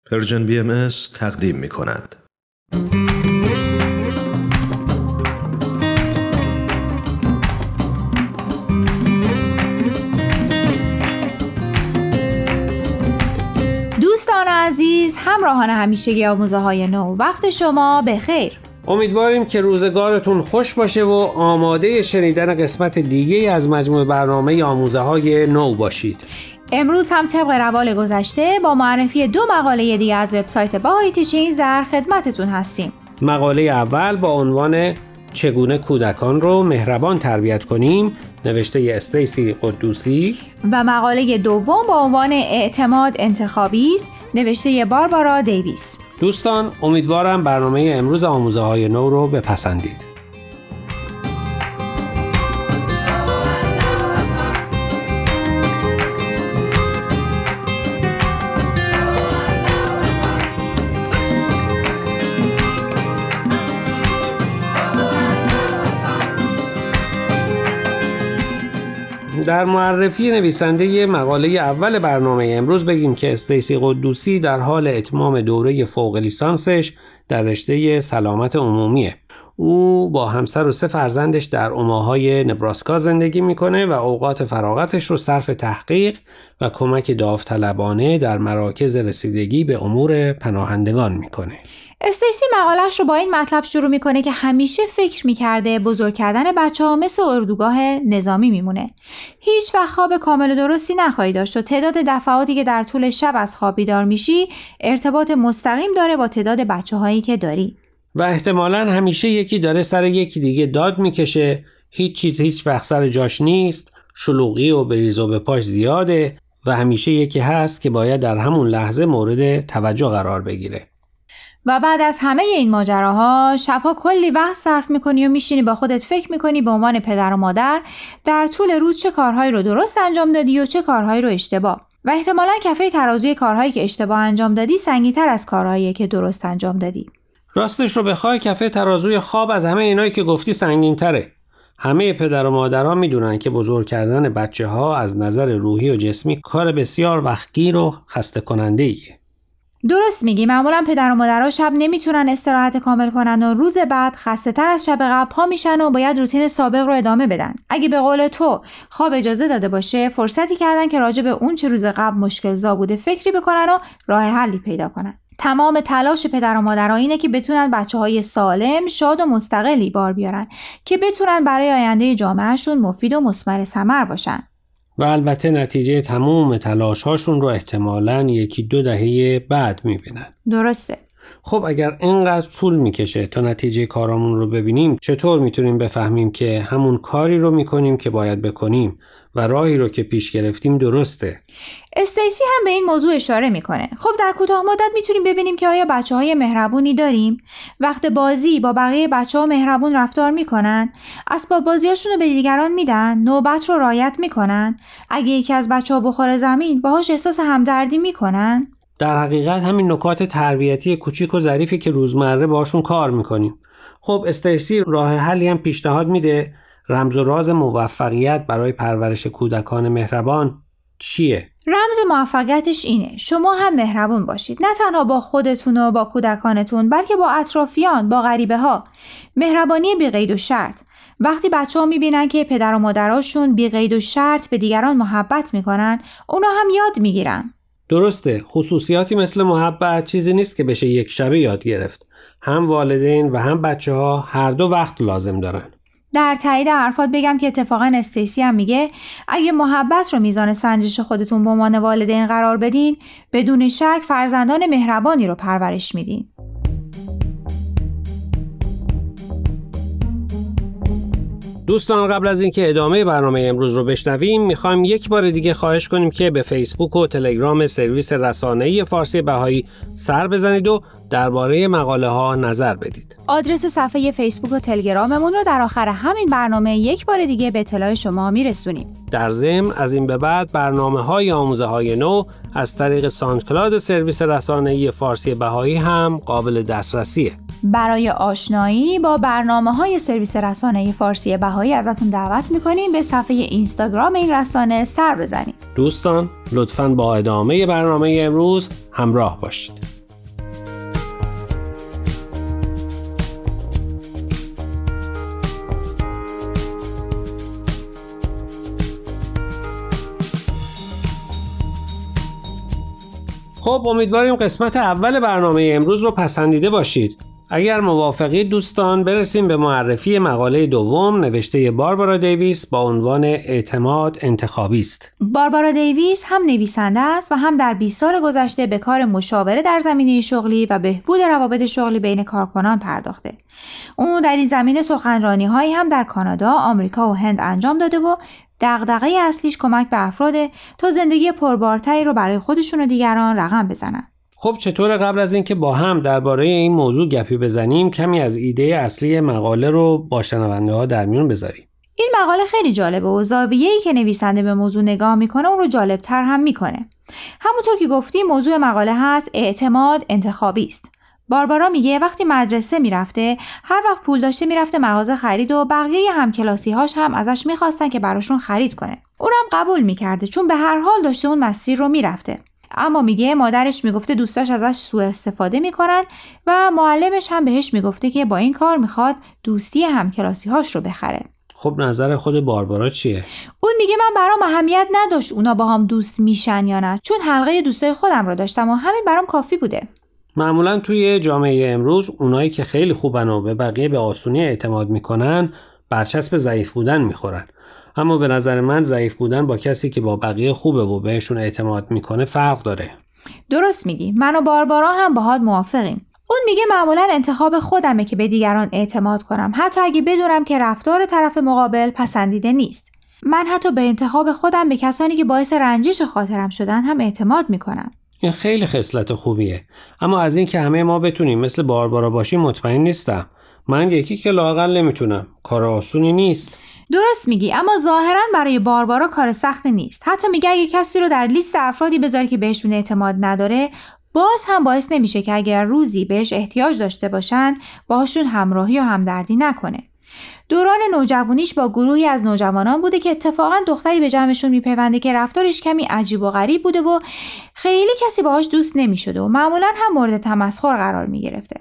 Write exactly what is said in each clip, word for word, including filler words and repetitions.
پرژن بی ام اس تقدیم می کند. دوستان عزیز، همراهان همیشگی آموزه های نو، وقت شما بخیر. امیدواریم که روزگارتون خوش باشه و آماده شنیدن قسمت دیگه از مجموعه برنامه آموزه های نو باشید. امروز هم طبق روال گذشته با معرفی دو مقاله دیگه از وبسایت بهایی تیچینگز در خدمتتون هستیم. مقاله اول با عنوان چگونه کودکان رو مهربان تربیت کنیم، نوشته استیسی قدوسی، و مقاله دوم با عنوان اعتماد انتخابی است، نوشته باربارا دیویس. دوستان، امیدوارم برنامه امروز آموزه های نو رو بپسندید. در معرفی نویسنده مقاله اول برنامه امروز بگیم که استیسی قدوسی در حال اتمام دوره فوق لیسانسش در رشته سلامت عمومیه. او با همسر و سه فرزندش در اوماهای نبراسکا زندگی میکنه و اوقات فراغتش رو صرف تحقیق و کمک داوطلبانه در مراکز رسیدگی به امور پناهندگان میکنه. استیسی مقالش رو با این مطلب شروع میکنه که همیشه فکر میکرده بزرگ کردن بچه ها مثل اردوگاه نظامی میمونه. هیچ وقت خواب کامل و درستی نخواهی داشت و تعداد دفعاتی که در طول شب از خواب بیدار میشی ارتباط مستقیم داره با تعداد بچه هایی که داری. و احتمالاً همیشه یکی داره سر یکی دیگه داد میکشه، هیچ چیز هیچ وقت سر جاش نیست، شلوغی و بریز و به پاش زیاده و همیشه یکی هست که باید در همون لحظه مورد توجه قرار بگیره. و بعد از همه این ماجراها شبها کلی وقت صرف میکنی و میشینی با خودت فکر میکنی به عنوان پدر و مادر در طول روز چه کارهایی رو درست انجام دادی و چه کارهایی رو اشتباه. و احتمالاً کفه ترازوی کارهایی که اشتباه انجام دادی سنگین‌تر از کارهایی که درست انجام دادی. راستش رو بخوای کفه ترازوی خواب از همه اینایی که گفتی سنگین‌تره. همه پدر و مادرها میدونن که بزرگ کردن بچه‌ها از نظر روحی و جسمی کار بسیار وقتگیر و خسته کننده‌ایه. درست میگی. معمولا پدر و مادرها شب نمیتونن استراحت کامل کنن و روز بعد خسته تر از شب قبل پا میشن و باید روتین سابق رو ادامه بدن. اگه به قول تو خواب اجازه داده باشه، فرصتی کردن که راجع به اون چه روز قبل مشکل زا بوده فکری بکنن و راه حلی پیدا کنن. تمام تلاش پدر و مادرها اینه که بتونن بچه‌های سالم، شاد و مستقلی بار بیارن که بتونن برای آینده جامعهشون مفید و مثمر ثمر باشن. و البته نتیجه تمام تلاش‌هاشون رو احتمالاً یکی دو دهه بعد می‌بینن. درسته. خب اگر اینقدر طول میکشه تا نتیجه کارامون رو ببینیم، چطور میتونیم بفهمیم که همون کاری رو میکنیم که باید بکنیم و راهی رو که پیش گرفتیم درسته؟ استیسی هم به این موضوع اشاره میکنه. خب در کوتاه مدت میتونیم ببینیم که آیا بچه‌های مهربونی داریم؟ وقت بازی با بقیه بچه‌ها مهربون رفتار میکنن؟ اسباب بازیاشون رو به دیگران میدن؟ نوبت رو رعایت میکنن؟ اگه یکی از بچه‌ها بخوره زمین، باهاش احساس همدردی میکنن؟ در حقیقت همین نکات تربیتی کوچیک و ظریفی که روزمره باشون کار میکنیم. خب استیسی راه حلی هم پیشنهاد میده. رمز و راز موفقیت برای پرورش کودکان مهربان چیه؟ رمز موفقیتش اینه: شما هم مهربون باشید، نه تنها با خودتون و با کودکانتون، بلکه با اطرافیان، با غریبه ها. مهربانی بی قید و شرط. وقتی بچه‌ها میبینن که پدر و مادراشون بی قید و شرط به دیگران محبت میکنن، اونا هم یاد میگیرن. درسته. خصوصیاتی مثل محبت چیزی نیست که بشه یک شبه یاد گرفت. هم والدین و هم بچه‌ها هر دو وقت لازم دارن. در تایید حرفات بگم که اتفاقا استیسی هم میگه اگه محبت رو میزان سنجش خودتون به عنوان والدین قرار بدین، بدون شک فرزندان مهربانی رو پرورش میدین. دوستان، قبل از اینکه ادامه برنامه امروز رو بشنویم، میخوایم یک بار دیگه خواهش کنیم که به فیسبوک و تلگرام سرویس رسانه‌ای فارسی بهایی سر بزنید و درباره مقاله ها نظر بدید. آدرس صفحه فیسبوک و تلگراممون رو در آخر همین برنامه یک بار دیگه به اطلاع شما میرسونیم. در ضمن از این به بعد برنامه‌های آموزه های نو از طریق ساندکلاد سرویس رسانه‌ای فارسی بهایی هم قابل دسترسیه. برای آشنایی با برنامه‌های سرویس رسانه‌ای فارسی بهایی ازتون دعوت می‌کنیم به صفحه اینستاگرام این رسانه سر بزنید. دوستان، لطفاً با ادامه برنامه امروز همراه باشید. خب امیدواریم قسمت اول برنامه امروز رو پسندیده باشید. اگر موافقید دوستان برسیم به معرفی مقاله دوم نوشته باربارا دیویس با عنوان اعتماد انتخابی است. باربارا دیویس هم نویسنده است و هم در بیست سال گذشته به کار مشاوره در زمینه شغلی و بهبود روابط شغلی بین کارکنان پرداخته. او در این زمینه سخنرانی‌هایی هم در کانادا، آمریکا و هند انجام داده و دغدغه اصلیش کمک به افراده تا زندگی پربارتری رو برای خودشون و دیگران رقم بزنن. خب چطور قبل از اینکه با هم درباره این موضوع گپی بزنیم کمی از ایده اصلی مقاله رو با شنونده‌ها در میون بذاریم. این مقاله خیلی جالبه و زاویه‌ای که نویسنده به موضوع نگاه میکنه اون رو جالبتر هم میکنه. همونطور که گفتیم موضوع مقاله هست اعتماد انتخابی است. باربارا میگه وقتی مدرسه میرفته هر وقت پول داشته میرفته مغازه خرید و بقیه همکلاسی‌هاش هم ازش میخواستن که براشون خرید کنه. اونم قبول میکرده چون به هر حال داشته اون مسیر رو میرفته. اما میگه مادرش میگفته دوستاش ازش سوء استفاده میکنن و معلمش هم بهش میگفته که با این کار میخواد دوستی همکلاسی‌هاش رو بخره. خب نظر خود باربارا چیه؟ اون میگه من برام اهمیت نداشت اونا با هم دوست میشن یا نه، چون حلقه دوستای خودم رو داشتم و همین برام کافی بوده. معمولا توی جامعه امروز اونایی که خیلی خوبن و به بقیه به آسونی اعتماد میکنن برچسب ضعیف بودن میخورن. اما به نظر من ضعیف بودن با کسی که با بقیه خوبه و بهشون اعتماد میکنه فرق داره. درست میگی. من و باربارا هم باهات موافقیم. اون میگه معمولا انتخاب خودمه که به دیگران اعتماد کنم، حتی اگه بدونم که رفتار طرف مقابل پسندیده نیست. من حتی به انتخاب خودم به کسانی که باعث رنجش خاطرم شدن هم اعتماد میکنم. این خیلی خصلت خوبیه. اما از این که همه ما بتونیم مثل باربارا باشیم مطمئن نیستم. من یکی که لااقل نمیتونم. کار آسونی نیست. درست میگی، اما ظاهراً برای باربارا کار سخت نیست. حتی میگه اگه کسی رو در لیست افرادی بذاری که بهشون اعتماد نداره، باز هم باعث نمیشه که اگر روزی بهش احتیاج داشته باشن باهاشون همراهی و همدردی نکنه. دوران نوجوانیش با گروهی از نوجوانان بوده که اتفاقاً دختری به جمعشون میپیونده که رفتارش کمی عجیب و غریب بوده و خیلی کسی باهاش دوست نمیشده و معمولاً هم مورد تمسخر قرار میگرفته.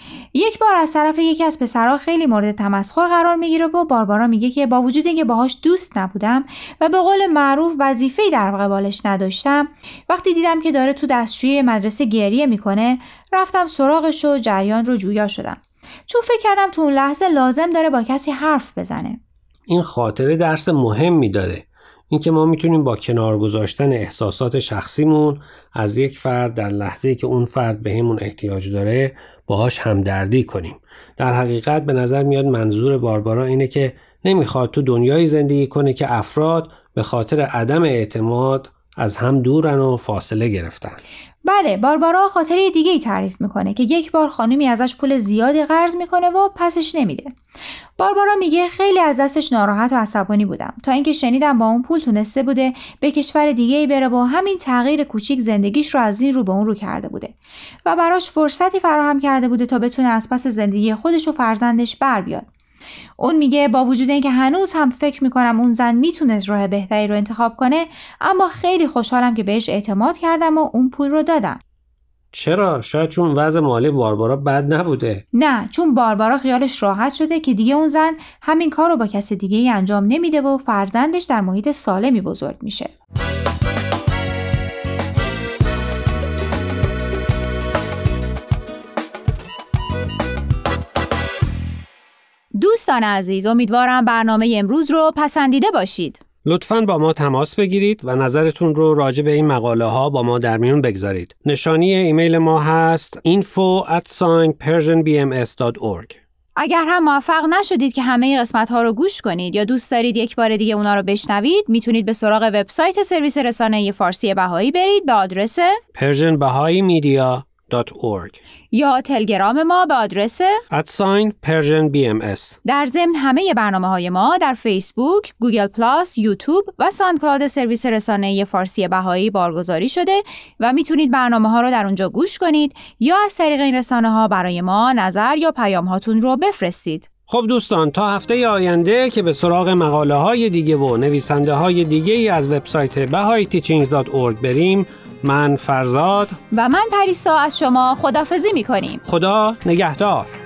یک بار از طرف یکی از پسرها خیلی مورد تمسخر قرار میگیره و باربارا میگه که با وجود اینکه باهاش دوست نبودم و به قول معروف وظیفه‌ای در قبالش نداشتم، وقتی دیدم که داره تو دستشویی مدرسه گریه میکنه رفتم سراغش و جریان رو جویا شدم، چون فکر کردم تو اون لحظه لازم داره با کسی حرف بزنه. این خاطره درس مهمی داره. اینکه ما میتونیم با کنار گذاشتن احساسات شخصیمون از یک فرد در لحظه‌ای که اون فرد بهمون احتیاج داره باهاش همدردی کنیم. در حقیقت به نظر میاد منظور باربارا اینه که نمیخواد تو دنیای زندگی کنه که افراد به خاطر عدم اعتماد از هم دورن و فاصله گرفتن. بله، باربارا خاطره دیگه ای تعریف میکنه که یک بار خانومی ازش پول زیادی قرض میکنه و پسش نمیده. باربارا میگه خیلی از دستش ناراحت و عصبانی بودم تا اینکه شنیدم با اون پول تونسته بوده به کشور دیگه ای بره و همین تغییر کوچیک زندگیش رو از این رو به اون رو کرده بوده و براش فرصتی فراهم کرده بوده تا بتونه از پس زندگی خودش و فرزندش بر بیاد. اون میگه با وجود اینکه هنوز هم فکر میکنم اون زن میتونست راه بهتری رو انتخاب کنه، اما خیلی خوشحالم که بهش اعتماد کردم و اون پول رو دادم. چرا؟ شاید چون وضع مالی باربارا بد نبوده. نه، چون باربارا خیالش راحت شده که دیگه اون زن همین کار رو با کس دیگه ای انجام نمیده و فرزندش در محیط سالمی بزرگ میشه. دوستان عزیز، امیدوارم برنامه امروز رو پسندیده باشید. لطفاً با ما تماس بگیرید و نظرتون رو راجع به این مقاله ها با ما در میون بگذارید. نشانی ایمیل ما هست info at persian b m s dot org. اگر هم موفق نشدید که همه قسمت ها رو گوش کنید یا دوست دارید یک بار دیگه اونا رو بشنوید، میتونید به سراغ وبسایت سرویس رسانه فارسی بهایی برید به آدرس persian bahai media dot org یا تلگرام ما به آدرس at persian b m s. در ضمن همه برنامه‌های ما در فیسبوک، گوگل پلاس، یوتیوب و ساندکلاود سرویس رسانه فارسی بهایی بارگذاری شده و میتونید برنامه‌ها رو در اونجا گوش کنید یا از طریق این رسانه‌ها برای ما نظر یا پیام هاتون رو بفرستید. خب دوستان، تا هفته آینده که به سراغ مقاله های دیگه و نویسنده های دیگه ای از وبسایت bahai teachings dot org بریم، من فرزاد و من پریسا از شما خداحافظی می‌کنیم. خدا نگهدار.